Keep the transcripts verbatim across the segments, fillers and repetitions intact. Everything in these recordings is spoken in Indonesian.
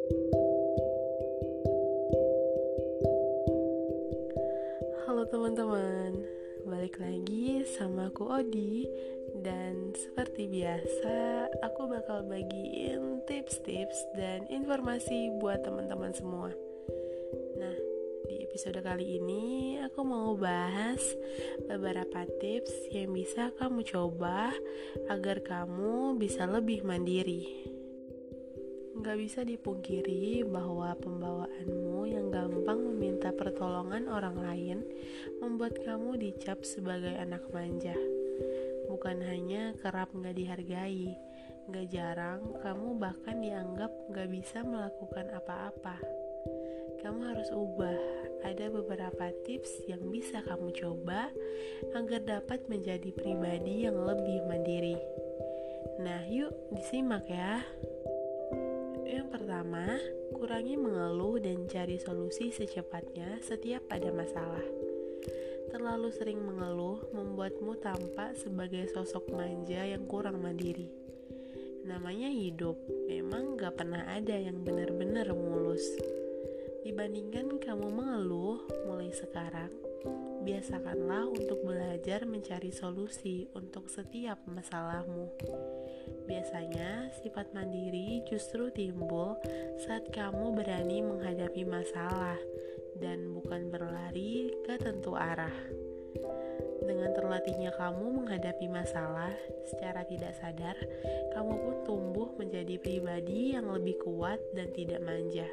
Halo teman-teman, balik lagi sama aku Odi. Dan seperti biasa, aku bakal bagiin tips-tips dan informasi buat teman-teman semua. Nah, di episode kali ini aku mau bahas beberapa tips yang bisa kamu coba agar kamu bisa lebih mandiri. Gak bisa dipungkiri bahwa pembawaanmu yang gampang meminta pertolongan orang lain membuat kamu dicap sebagai anak manja. Bukan hanya kerap gak dihargai, gak jarang kamu bahkan dianggap gak bisa melakukan apa-apa. Kamu harus ubah. Ada beberapa tips yang bisa kamu coba agar dapat menjadi pribadi yang lebih mandiri. Nah, yuk disimak ya. Yang pertama, kurangi mengeluh dan cari solusi secepatnya setiap ada masalah. Terlalu sering mengeluh membuatmu tampak sebagai sosok manja yang kurang mandiri. Namanya hidup, memang gak pernah ada yang benar-benar mulus. Dibandingkan kamu mengeluh mulai sekarang, biasakanlah untuk belajar mencari solusi untuk setiap masalahmu. Biasanya, sifat mandiri justru timbul saat kamu berani menghadapi masalah dan bukan berlari ke tentu arah. Dengan terlatihnya kamu menghadapi masalah secara tidak sadar, kamu pun tumbuh menjadi pribadi yang lebih kuat dan tidak manja.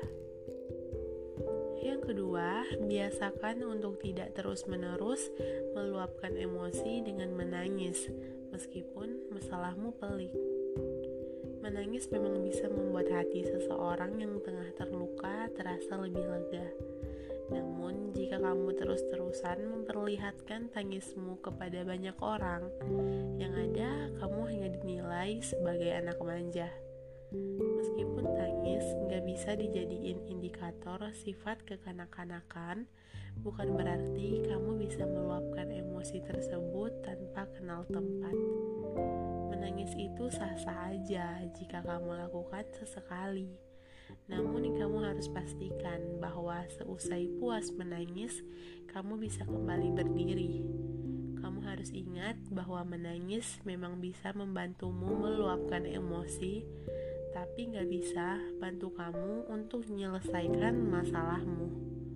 Yang kedua, biasakan untuk tidak terus-menerus meluapkan emosi dengan menangis, meskipun masalahmu pelik. Menangis memang bisa membuat hati seseorang yang tengah terluka terasa lebih lega. Namun, jika kamu terus-terusan memperlihatkan tangismu kepada banyak orang, yang ada kamu hanya dinilai sebagai anak manja. Meskipun tangis gak bisa dijadiin indikator sifat kekanak-kanakan, bukan berarti kamu bisa meluapkan emosi tersebut tanpa kenal tempat. Menangis itu sah-sah aja jika kamu lakukan sesekali. Namun kamu harus pastikan bahwa seusai puas menangis, kamu bisa kembali berdiri. Kamu harus ingat bahwa menangis memang bisa membantumu meluapkan emosi, tapi gak bisa bantu kamu untuk menyelesaikan masalahmu.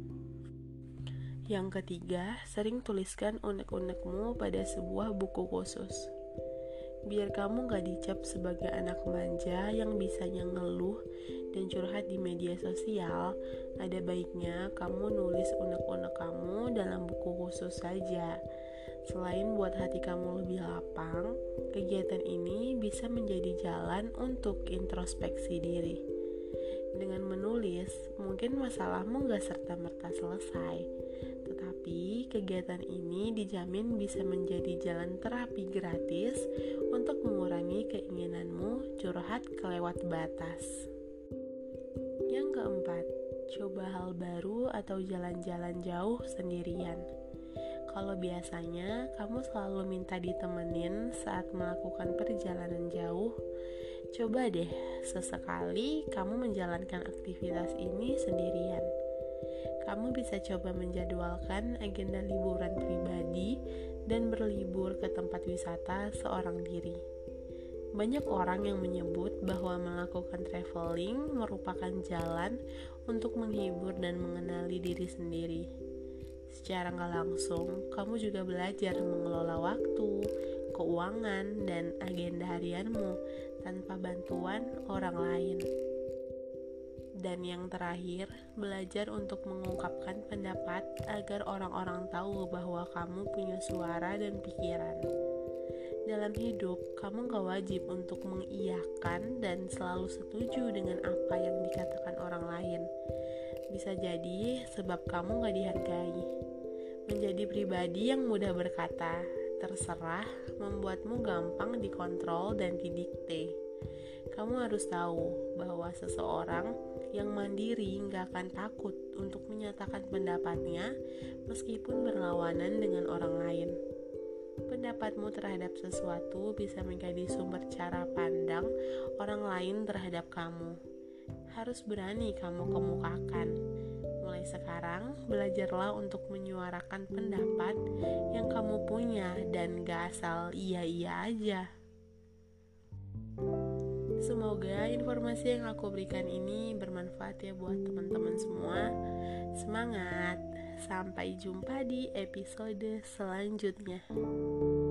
Yang ketiga, sering tuliskan unek-unekmu pada sebuah buku khusus. Biar kamu gak dicap sebagai anak manja yang bisanya ngeluh dan curhat di media sosial, ada baiknya kamu nulis unek-unek kamu dalam buku khusus saja. Selain buat hati kamu lebih lapang, kegiatan ini bisa menjadi jalan untuk introspeksi diri. Dengan menulis, mungkin masalahmu gak serta-merta selesai, tetapi kegiatan ini dijamin bisa menjadi jalan terapi gratis untuk mengurangi keinginanmu curhat kelewat batas. Yang keempat, coba hal baru atau jalan-jalan jauh sendirian. Kalau biasanya kamu selalu minta ditemenin saat melakukan perjalanan jauh, coba deh sesekali kamu menjalankan aktivitas ini sendirian. Kamu bisa coba menjadwalkan agenda liburan pribadi dan berlibur ke tempat wisata seorang diri. Banyak orang yang menyebut bahwa melakukan traveling merupakan jalan untuk menghibur dan mengenali diri sendiri. Secara gak langsung, kamu juga belajar mengelola waktu, keuangan, dan agenda harianmu tanpa bantuan orang lain. Dan yang terakhir, belajar untuk mengungkapkan pendapat agar orang-orang tahu bahwa kamu punya suara dan pikiran. Dalam hidup, kamu gak wajib untuk mengiyakan dan selalu setuju dengan apa yang dikatakan orang lain. Bisa jadi sebab kamu gak dihargai. Menjadi pribadi yang mudah berkata, terserah, membuatmu gampang dikontrol dan didikte. Kamu harus tahu bahwa seseorang yang mandiri gak akan takut untuk menyatakan pendapatnya meskipun berlawanan dengan orang lain. Pendapatmu terhadap sesuatu bisa menjadi sumber cara pandang orang lain terhadap kamu. harus berani kamu kemukakan. Mulai sekarang, belajarlah untuk menyuarakan pendapat yang kamu punya dan gak asal iya-iya aja. Semoga informasi yang aku berikan ini bermanfaat ya buat teman-teman semua. Semangat! Sampai jumpa di episode selanjutnya.